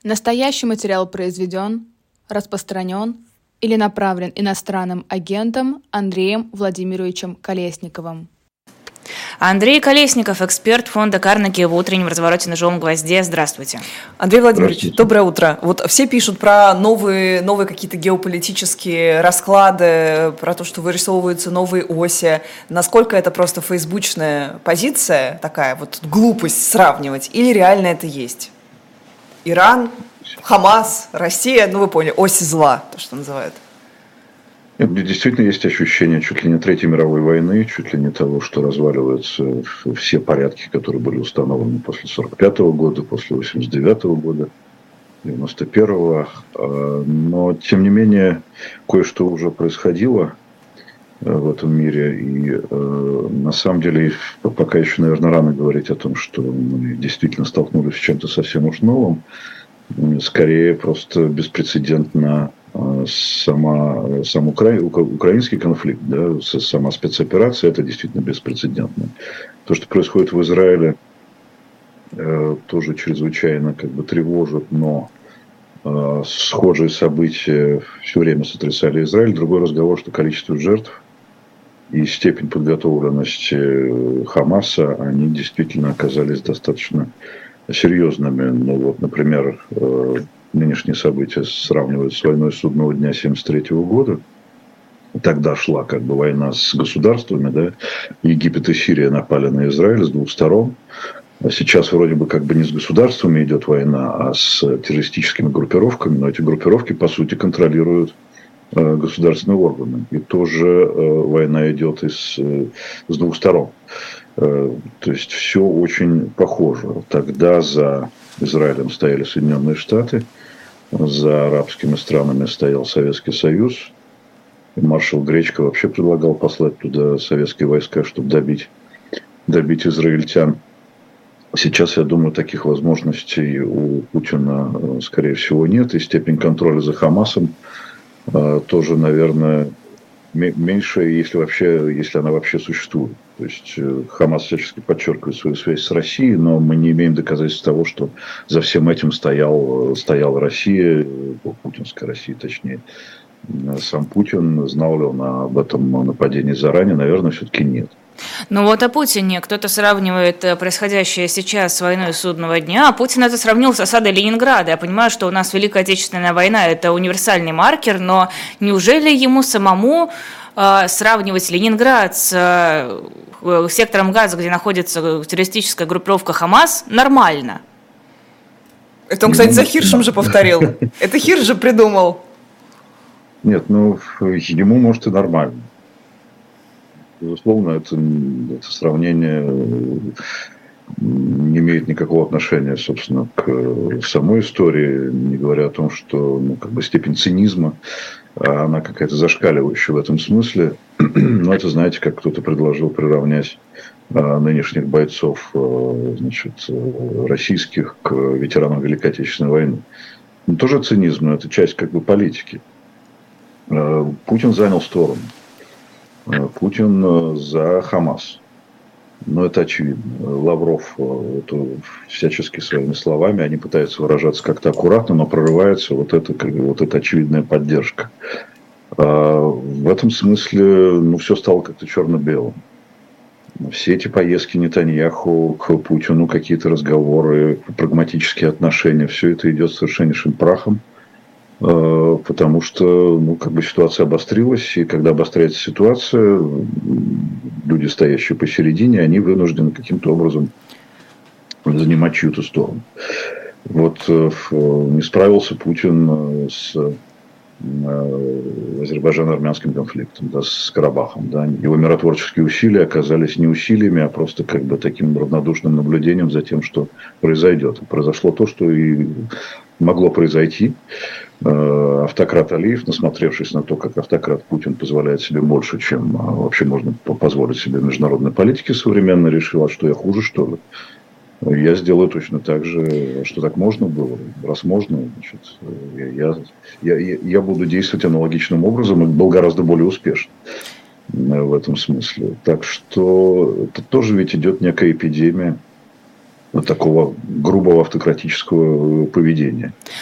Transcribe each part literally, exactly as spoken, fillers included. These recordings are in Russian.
Настоящий материал произведен, распространен или направлен иностранным агентом Андреем Владимировичем Колесниковым. Андрей Колесников, эксперт фонда Карнеги в утреннем развороте на живом гвозде. Здравствуйте. Андрей Владимирович, доброе утро. Вот все пишут про новые, новые какие-то геополитические расклады, про то, что вырисовываются новые оси. Насколько это просто фейсбучная позиция, такая вот глупость сравнивать, или реально это есть? Иран, Хамас, Россия, ну вы поняли, оси зла, то, что называют. Действительно есть ощущение чуть ли не Третьей мировой войны, чуть ли не того, что разваливаются все порядки, которые были установлены после сорок пятого года, после восемьдесят девятого года, девяносто первого. Но, тем не менее, кое-что уже происходило в этом мире. И на самом деле, пока еще, наверное, рано говорить о том, что мы действительно столкнулись с чем-то совсем уж новым. Скорее, просто беспрецедентно сама, сам укра... украинский конфликт, да, сама спецоперация, это действительно беспрецедентно. То, что происходит в Израиле, тоже чрезвычайно как бы тревожит, но схожие события все время сотрясали Израиль. Другой разговор, что количество жертв и степень подготовленности Хамаса, они действительно оказались достаточно серьезными. Ну вот, например, нынешние события сравнивают с войной судного дня семьдесят третьего года. Тогда шла как бы война с государствами, да. Египет и Сирия напали на Израиль с двух сторон. А сейчас вроде бы как бы не с государствами идет война, а с террористическими группировками. Но эти группировки, по сути, контролируют э, государственные органы. И тоже э, война идет из, э, с двух сторон. Э, то есть все очень похоже. Тогда за Израилем стояли Соединенные Штаты, за арабскими странами стоял Советский Союз. И маршал Гречко вообще предлагал послать туда советские войска, чтобы добить, добить израильтян. Сейчас, я думаю, таких возможностей у Путина, скорее всего, нет. И степень контроля за Хамасом тоже, наверное, меньше, если, вообще, если она вообще существует. То есть Хамас всячески подчеркивает свою связь с Россией, но мы не имеем доказательств того, что за всем этим стоял, стояла Россия, путинская Россия, точнее, сам Путин. Знал ли он об этом нападении заранее? Наверное, все-таки нет. Ну вот о Путине кто-то сравнивает происходящее сейчас с войной судного дня, а Путин это сравнил с осадой Ленинграда. Я понимаю, что у нас Великая Отечественная война – это универсальный маркер, но неужели ему самому э, сравнивать Ленинград с э, сектором Газа, где находится террористическая группировка Хамас, нормально? Это он, кстати, за Хиршем же повторил. Это Хирш же придумал. Нет, ну ему, может, и нормально. Безусловно, это, это сравнение не имеет никакого отношения, собственно, к самой истории, не говоря о том, что ну, как бы степень цинизма, она какая-то зашкаливающая в этом смысле. Но это, знаете, как кто-то предложил приравнять нынешних бойцов, значит, российских к ветеранам Великой Отечественной войны. Но тоже цинизм, но это часть как бы политики. Путин занял сторону. Путин за Хамас. Но это очевидно. Лавров это всячески своими словами, они пытаются выражаться как-то аккуратно, но прорывается вот эта, как бы, вот эта очевидная поддержка. В этом смысле ну, все стало как-то черно-белым. Все эти поездки Нетаньяху к Путину, какие-то разговоры, прагматические отношения, все это идет совершеннейшим прахом. Потому что ну, как бы ситуация обострилась, и когда обостряется ситуация, люди, стоящие посередине, они вынуждены каким-то образом занимать чью-то сторону. Вот не справился Путин с азербайджано-армянским конфликтом, да, с Карабахом. Да. Его миротворческие усилия оказались не усилиями, а просто как бы таким равнодушным наблюдением за тем, что произойдет. И произошло то, что и могло произойти. Автократ Алиев, насмотревшись на то, как автократ Путин позволяет себе больше, чем вообще можно позволить себе в международной политике современно, решил, а что я хуже, что ли? Я сделаю точно так же, что так можно было. Раз можно, значит, я, я, я, я буду действовать аналогичным образом и был гораздо более успешен в этом смысле. Так что это тоже ведь идет некая эпидемия такого грубого автократического поведения.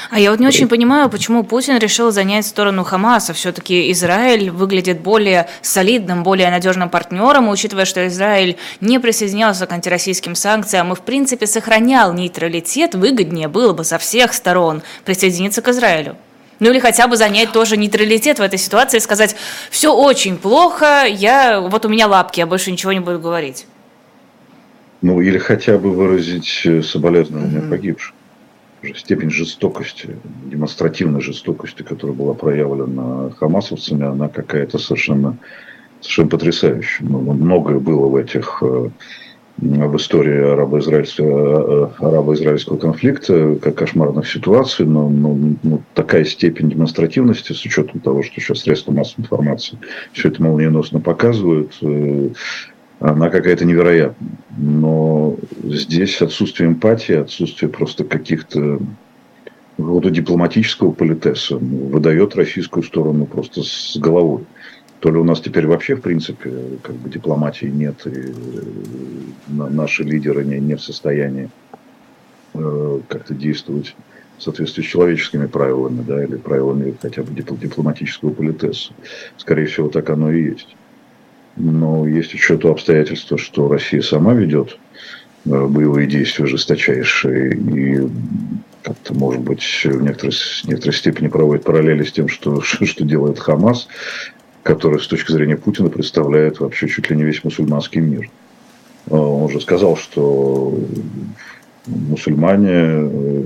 А я вот не очень понимаю, почему Путин решил занять сторону Хамаса. Все-таки Израиль выглядит более солидным, более надежным партнером, и учитывая, что Израиль не присоединялся к антироссийским санкциям и, в принципе, сохранял нейтралитет, выгоднее было бы со всех сторон присоединиться к Израилю. Ну или хотя бы занять тоже нейтралитет в этой ситуации и сказать: все очень плохо, я, вот у меня лапки, я больше ничего не буду говорить. Ну или хотя бы выразить соболезнования mm-hmm. погибшим. Степень жестокости, демонстративной жестокости, которая была проявлена хамасовцами, она какая-то совершенно, совершенно потрясающая. Многое было в этих... в истории арабо-израильского, арабо-израильского конфликта, как кошмарных ситуаций, но, но, но такая степень демонстративности, с учетом того, что сейчас средства массовой информации все это молниеносно показывают, она какая-то невероятная. Но здесь отсутствие эмпатии, отсутствие просто каких-то какого-то дипломатического политеса выдает российскую сторону просто с головой. То ли у нас теперь вообще, в принципе, как бы дипломатии нет, и наши лидеры не, не в состоянии э, как-то действовать в соответствии с человеческими правилами, да, или правилами хотя бы дипломатического политеса. Скорее всего, так оно и есть. Но есть еще то обстоятельство, что Россия сама ведет э, боевые действия жесточайшие и как-то, может быть, в некоторой, в некоторой степени проводит параллели с тем, что, что делает Хамас, который с точки зрения Путина представляет вообще чуть ли не весь мусульманский мир. Он же сказал, что мусульмане,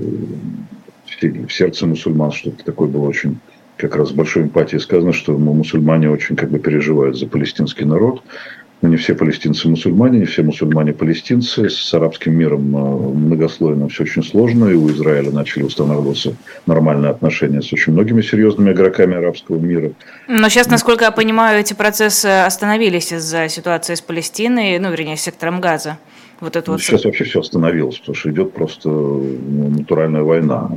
в сердце мусульман, что-то такое было очень, как раз с большой эмпатией сказано, что мусульмане очень как бы переживают за палестинский народ. Но не все палестинцы мусульмане, не все мусульмане палестинцы. С арабским миром многослойно все очень сложно, и у Израиля начали устанавливаться нормальные отношения с очень многими серьезными игроками арабского мира. Но сейчас, насколько я понимаю, эти процессы остановились из-за ситуации с Палестиной, ну, вернее, с сектором Газа. Вот это вот... Сейчас вообще все остановилось, потому что идет просто ну, натуральная война.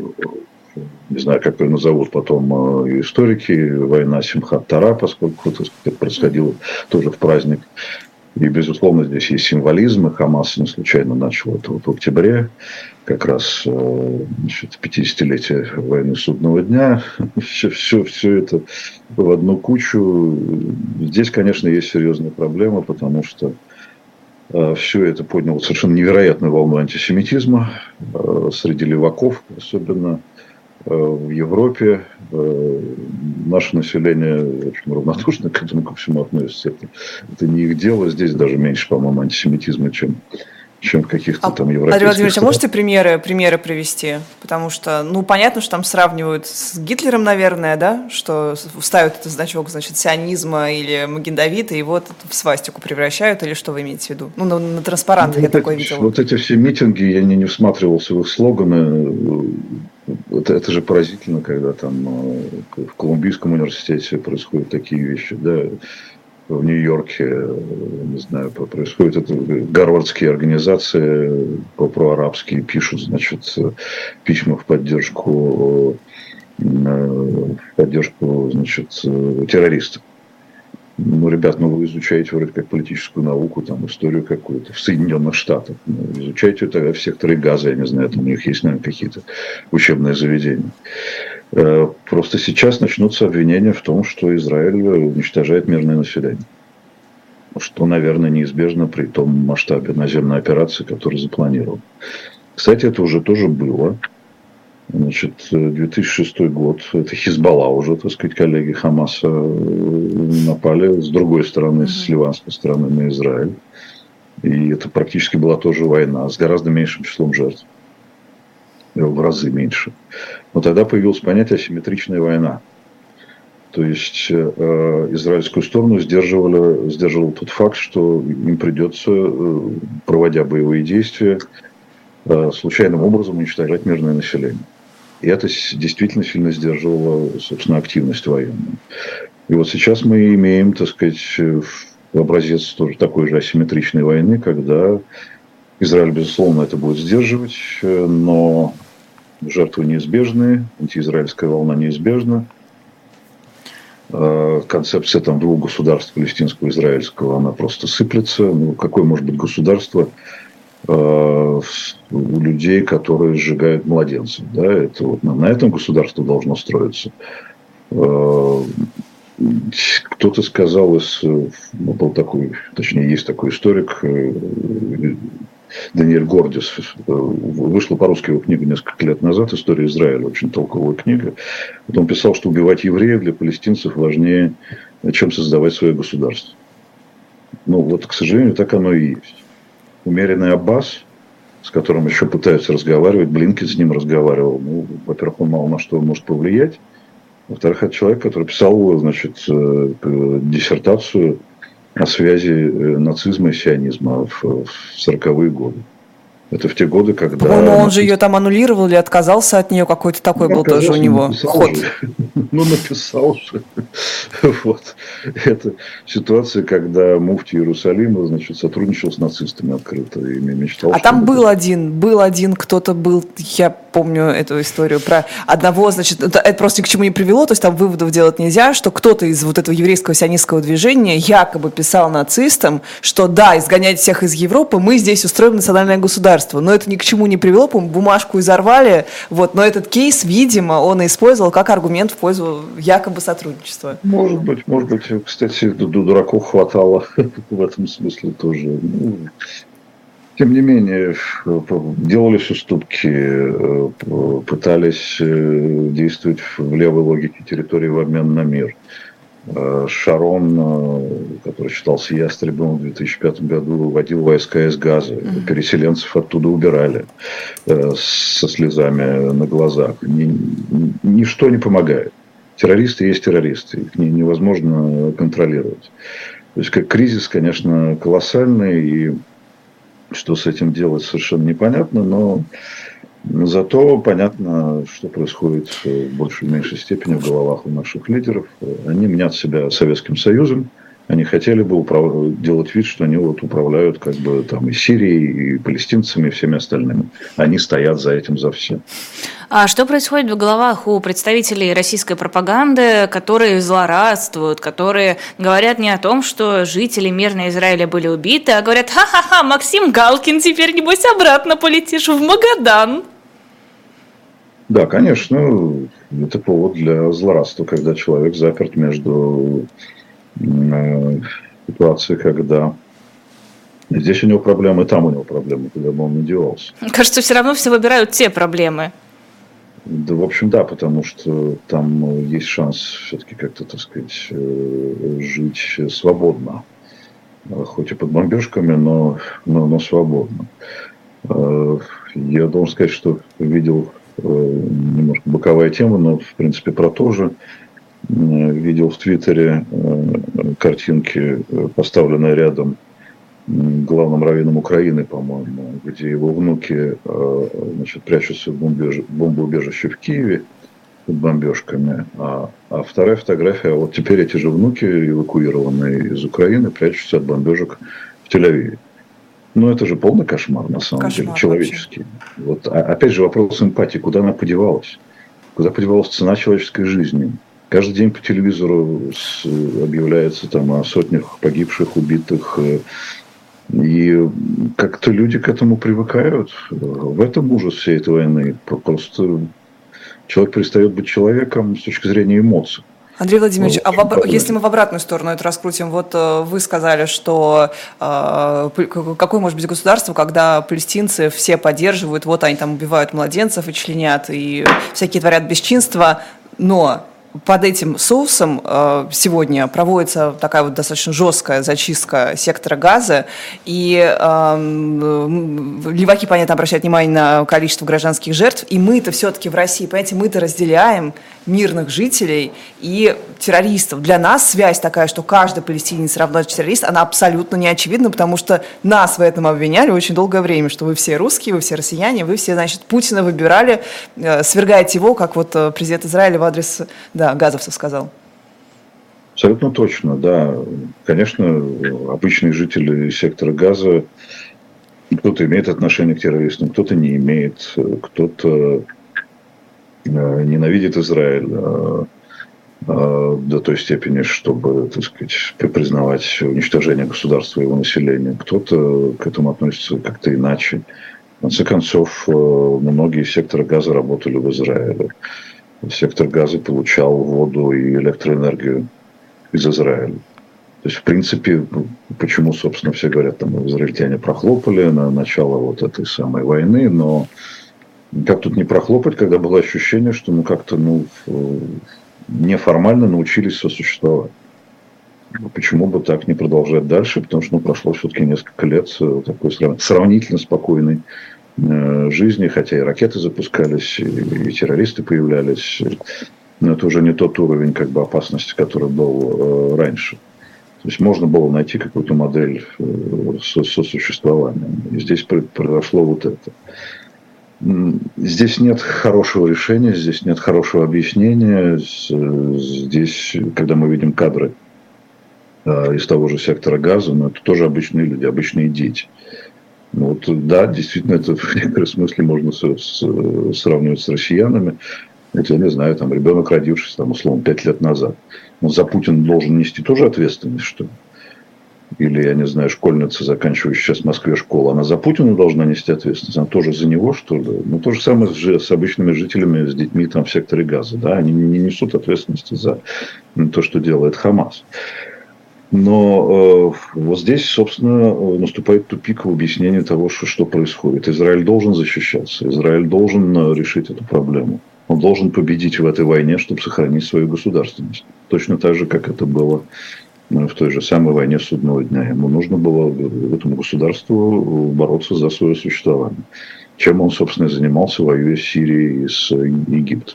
Не знаю, как ее назовут потом историки, война Симхат-Тора, поскольку это происходило тоже в праздник. И, безусловно, здесь есть символизм, и Хамас не случайно начал это вот в октябре, как раз значит, пятидесятилетие войны Судного дня. Все, все, все это в одну кучу. Здесь, конечно, есть серьезная проблема, потому что все это подняло совершенно невероятную волну антисемитизма среди леваков, особенно в Европе. Наше население очень равнодушно к этому ко всему относится. Это, это не их дело. Здесь даже меньше, по-моему, антисемитизма, чем, чем в каких-то а, там европейских... Андрей Владимирович, а можете примеры, примеры привести? Потому что, ну, понятно, что там сравнивают с Гитлером, наверное, да? Что ставят этот значок, значит, сионизма или Маген-Давида, и вот в свастику превращают, или что вы имеете в виду? Ну, на, на транспарантах ну, я вот такое эти, видела. Вот эти все митинги, я не, не всматривался в их слоганы. Это, это же поразительно, когда там в Колумбийском университете происходят такие вещи, да, в Нью-Йорке, не знаю, происходит это, гарвардские организации проарабские пишут, значит, письма в поддержку, в поддержку, значит, террористов. Ну, ребят, ну вы изучаете вроде как политическую науку, там, историю какую-то в Соединенных Штатах. Ну, изучайте это в секторе Газа, я не знаю, там у них есть, наверное, какие-то учебные заведения. Просто сейчас начнутся обвинения в том, что Израиль уничтожает мирное население. Что, наверное, неизбежно при том масштабе наземной операции, которая запланирована. Кстати, это уже тоже было. Значит, две тысячи шестой год, это Хизбалла уже, так сказать, коллеги Хамаса напали с другой стороны, mm-hmm. с ливанской стороны на Израиль. И это практически была тоже война с гораздо меньшим числом жертв. В разы меньше. Но тогда появилось понятие асимметричная война. То есть э, израильскую сторону сдерживали, сдерживал тот факт, что им придется, э, проводя боевые действия, э, случайным образом уничтожать мирное население. И это действительно сильно сдерживало, собственно, активность военную. И вот сейчас мы имеем, так сказать, образец тоже такой же асимметричной войны, когда Израиль, безусловно, это будет сдерживать, но жертвы неизбежны, антиизраильская волна неизбежна. Концепция там двух государств, палестинского и израильского, она просто сыплется. Ну, какое может быть государство, у людей, которые сжигают младенцев. Да? Это вот на, на этом государство должно строиться. Кто-то сказал, из, был такой, точнее, есть такой историк, Даниэль Гордис, вышла по-русски его книга несколько лет назад, «История Израиля», очень толковая книга. Вот он писал, что убивать евреев для палестинцев важнее, чем создавать свое государство. Ну вот, к сожалению, так оно и есть. Умеренный Аббас, с которым еще пытаются разговаривать, Блинкен с ним разговаривал, ну, во-первых, он мало на что может повлиять, во-вторых, это человек, который писал, значит, диссертацию о связи нацизма и сионизма в сороковые годы. Это в те годы, когда... По-моему, он же ее там аннулировал или отказался от нее, какой-то такой ну, был тоже у него ход. Же. Ну, написал же. Вот. Это ситуация, когда муфти Иерусалима, значит, сотрудничал с нацистами открыто и мечтал. А там был это... один, был один, кто-то был, я помню эту историю про одного, значит, это, это просто ни к чему не привело, то есть там выводов делать нельзя, что кто-то из вот этого еврейского сионистского движения якобы писал нацистам, что да, изгонять всех из Европы, мы здесь устроим национальное государство. Но это ни к чему не привело, по-моему, бумажку изорвали, вот, но этот кейс, видимо, он использовал как аргумент в пользу якобы сотрудничества. Может быть, может быть, кстати, дураков хватало в этом смысле тоже. Ну, тем не менее, делались уступки, пытались действовать в левой логике территории в обмен на мир. Шарон, который считался ястребом в две тысячи пятом году, выводил войска из Газы. Mm-hmm. Переселенцев оттуда убирали со слезами на глазах. Ничто не помогает. Террористы есть террористы. Их невозможно контролировать. То есть, как кризис, конечно, колоссальный. И что с этим делать, совершенно непонятно. Но зато понятно, что происходит в большей или меньшей степени в головах у наших лидеров. Они мнят себя Советским Союзом. Они хотели бы управ... делать вид, что они вот управляют как бы там и Сирией, и палестинцами, и всеми остальными. Они стоят за этим, за всем. А что происходит в головах у представителей российской пропаганды, которые злорадствуют, которые говорят не о том, что жители мирного Израиля были убиты, а говорят: ха-ха-ха, Максим Галкин, теперь, небось, обратно полетишь в Магадан? Да, конечно, это повод для злорадства, когда человек заперт между э, ситуацией, когда здесь у него проблемы, там у него проблемы, куда бы он ни девался. Кажется, все равно все выбирают те проблемы. Да, в общем, да, потому что там есть шанс все-таки как-то, так сказать, жить свободно. Хоть и под бомбежками, но, но, но свободно. Я должен сказать, что видел немножко боковая тема, но, в принципе, про то же. Видел в Твиттере картинки, поставленные рядом главным раввином Украины, по-моему, где его внуки, значит, прячутся в бомбеж... бомбоубежище в Киеве под бомбежками, а, а вторая фотография, вот теперь эти же внуки, эвакуированные из Украины, прячутся от бомбежек в Тель-Авиве. Ну, это же полный кошмар, на самом кошмар, деле, человеческий. Вот, а, опять же, вопрос эмпатии, куда она подевалась? Куда подевалась цена человеческой жизни? Каждый день по телевизору объявляется там о сотнях погибших, убитых. И как-то люди к этому привыкают. В этом ужас всей этой войны. Просто человек перестает быть человеком с точки зрения эмоций. Андрей Владимирович, а в, если мы в обратную сторону это раскрутим, вот вы сказали, что э, какое может быть государство, когда палестинцы все поддерживают, вот они там убивают младенцев и членят, и всякие творят бесчинства, но под этим соусом э, сегодня проводится такая вот достаточно жесткая зачистка сектора Газа, и э, леваки, понятно, обращают внимание на количество гражданских жертв, и мы-то все-таки в России, понимаете, мы-то разделяем мирных жителей и террористов. Для нас связь такая, что каждый палестинец равно террорист, она абсолютно не очевидна, потому что нас в этом обвиняли очень долгое время, что вы все русские, вы все россияне, вы все, значит, Путина выбирали, э, свергаете его, как вот президент Израиля в адрес, да, газовцев сказал. Абсолютно точно, да. Конечно, обычные жители сектора Газа, кто-то имеет отношение к террористам, кто-то не имеет, кто-то ненавидит Израиль. до той степени, чтобы, так сказать, признавать уничтожение государства и его населения. Кто-то к этому относится как-то иначе. В конце концов, многие секторы газа работали в Израиле. Сектор газа получал воду и электроэнергию из Израиля. То есть, в принципе, почему, собственно, все говорят, там, израильтяне прохлопали на начало вот этой самой войны, но как тут не прохлопать, когда было ощущение, что мы как-то, ну, неформально научились сосуществовать. Почему бы так не продолжать дальше? Потому что, ну, прошло все-таки несколько лет такой сравнительно спокойной жизни, хотя и ракеты запускались, и, и террористы появлялись. Но это уже не тот уровень как бы опасности, который был раньше. То есть можно было найти какую-то модель сосуществования. И здесь произошло вот это. Здесь нет хорошего решения, здесь нет хорошего объяснения. Здесь, когда мы видим кадры из того же сектора газа, ну, это тоже обычные люди, обычные дети. Вот, да, действительно, это в некотором смысле можно с, с, сравнивать с россиянами. Это, я не знаю, там ребенок, родившийся, там, условно, пять лет назад. Он за Путина должен нести тоже ответственность, что ли? Или, я не знаю, школьница, заканчивающая сейчас в Москве школу, она за Путина должна нести ответственность, она тоже за него, что ли? Ну, то же самое с, с обычными жителями, с детьми там в секторе газа, да, они не несут ответственности за то, что делает Хамас. Но э, вот здесь, собственно, наступает тупик в объяснении того, что, что происходит. Израиль должен защищаться, Израиль должен решить эту проблему. Он должен победить в этой войне, чтобы сохранить свою государственность. Точно так же, как это было в той же самой войне судного дня. Ему нужно было этому государству бороться за свое существование. Чем он, собственно, и занимался, воюя с Сирией и с Египтом.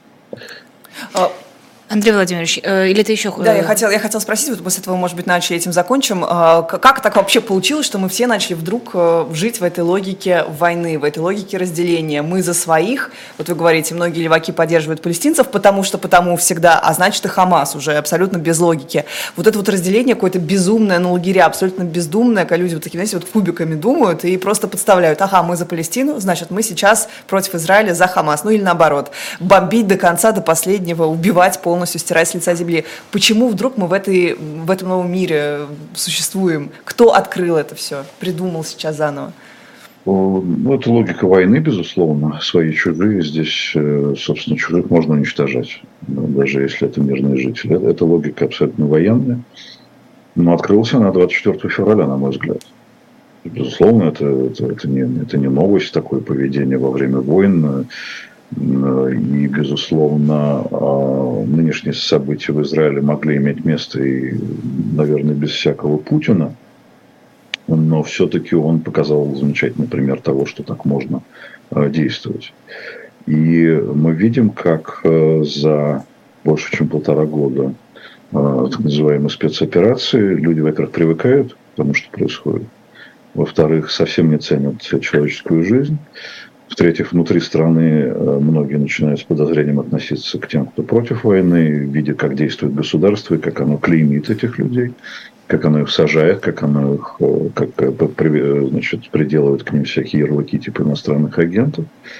Андрей Владимирович, или ты еще... Да, я хотела, я хотела спросить, вот мы с этого, может быть, начали, этим закончим. Как так вообще получилось, что мы все начали вдруг жить в этой логике войны, в этой логике разделения? Мы за своих, вот вы говорите, многие леваки поддерживают палестинцев, потому что потому всегда, а значит и Хамас уже абсолютно без логики. Вот это вот разделение какое-то безумное на лагеря, абсолютно бездумное, когда люди вот такими, знаете, вот кубиками думают и просто подставляют, ага, мы за Палестину, значит, мы сейчас против Израиля за Хамас. Ну или наоборот, бомбить до конца, до последнего, убивать полностью. полностью стирать с лица земли. Почему вдруг мы в, этой, в этом новом мире существуем? Кто открыл это все? Придумал сейчас заново? Ну, это логика войны, безусловно. Свои чужие. Здесь, собственно, чужих можно уничтожать, даже если это мирные жители. Это логика абсолютно военная. Но открылась она двадцать четвёртого февраля, на мой взгляд. Безусловно, это, это, это, не, это не новость, такое поведение во время войн. И, безусловно, нынешние события в Израиле могли иметь место и, наверное, без всякого Путина. Но все-таки он показал замечательный пример того, что так можно действовать. И мы видим, как за больше чем полтора года так называемой спецоперации люди, во-первых, привыкают к тому, что происходит. Во-вторых, совсем не ценят человеческую жизнь. В-третьих, внутри страны многие начинают с подозрением относиться к тем, кто против войны, видя, как действует государство и как оно клеймит этих людей, как оно их сажает, как оно их как, значит, приделывает к ним всякие ярлыки типа иностранных агентов.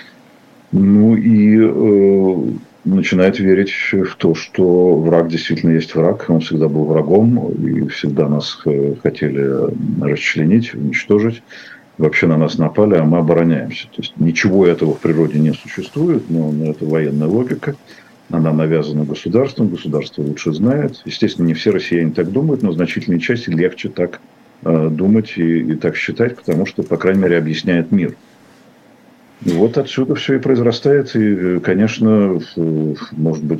Ну и э, начинает верить в то, что враг действительно есть враг, он всегда был врагом, и всегда нас хотели расчленить, уничтожить. Вообще на нас напали, а мы обороняемся. То есть ничего этого в природе не существует, но, но это военная логика. Она навязана государством, государство лучше знает. Естественно, не все россияне так думают, но значительной части легче так э, думать и, и так считать, потому что, по крайней мере, объясняет мир. И вот отсюда все и произрастает. И, конечно, может быть,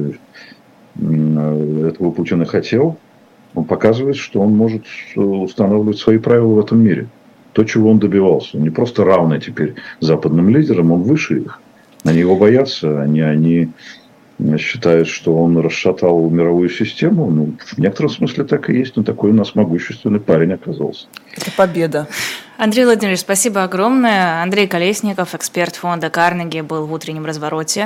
этого Путин и хотел. Он показывает, что он может устанавливать свои правила в этом мире. То, чего он добивался. Он не просто равный теперь западным лидерам, он выше их. Они его боятся, они, они считают, что он расшатал мировую систему. Ну, в некотором смысле так и есть, но такой у нас могущественный парень оказался. Это победа. Андрей Владимирович, спасибо огромное. Андрей Колесников, эксперт фонда Карнеги, был в утреннем развороте.